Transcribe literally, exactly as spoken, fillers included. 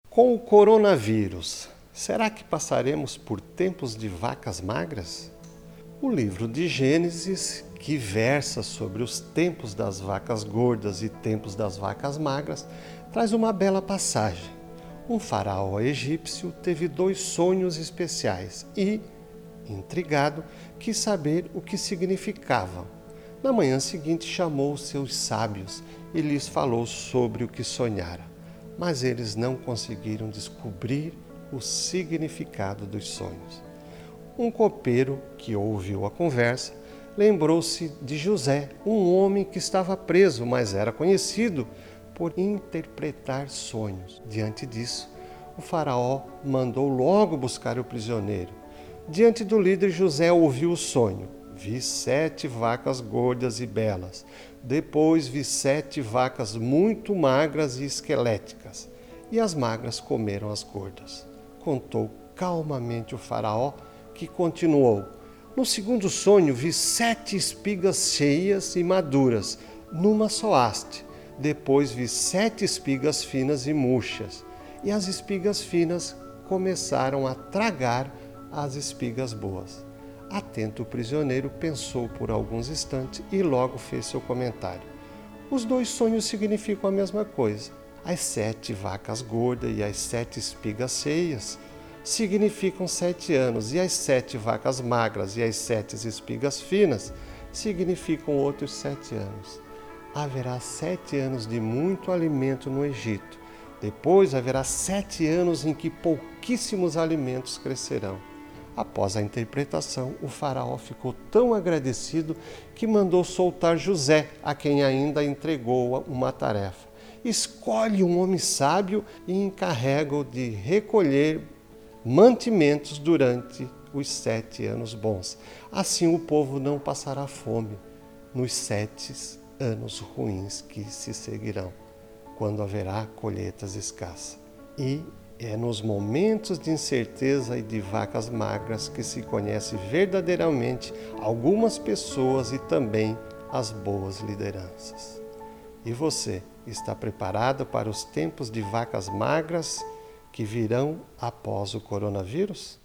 Com o coronavírus, será que passaremos por tempos de vacas magras? O livro de Gênesis, que versa sobre os tempos das vacas gordas e tempos das vacas magras, traz uma bela passagem. Um faraó egípcio teve dois sonhos especiais e, intrigado, quis saber o que significavam. Na manhã seguinte chamou os seus sábios e lhes falou sobre o que sonhara, mas eles não conseguiram descobrir o significado dos sonhos. Um copeiro, que ouviu a conversa, lembrou-se de José, um homem que estava preso, mas era conhecido por interpretar sonhos. Diante disso, o faraó mandou logo buscar o prisioneiro. Diante do líder, José ouviu o sonho. Vi sete vacas gordas e belas. Depois vi sete vacas muito magras e esqueléticas. E as magras comeram as gordas. Contou calmamente o faraó, que continuou. No segundo sonho vi sete espigas cheias e maduras, numa só haste. Depois vi sete espigas finas e murchas. E as espigas finas começaram a tragar as espigas boas. Atento, o prisioneiro pensou por alguns instantes e logo fez seu comentário. Os dois sonhos significam a mesma coisa. As sete vacas gordas e as sete espigas cheias significam sete anos, e as sete vacas magras e as sete espigas finas significam outros sete anos. Haverá sete anos de muito alimento no Egito. Depois haverá sete anos em que pouquíssimos alimentos crescerão. Após a interpretação, o faraó ficou tão agradecido que mandou soltar José, a quem ainda entregou uma tarefa. Escolhe um homem sábio e encarrega-o de recolher mantimentos durante os sete anos bons. Assim o povo não passará fome nos sete anos ruins que se seguirão, quando haverá colheitas escassas. E é nos momentos de incerteza e de vacas magras que se conhece verdadeiramente algumas pessoas e também as boas lideranças. E você está preparado para os tempos de vacas magras que virão após o coronavírus?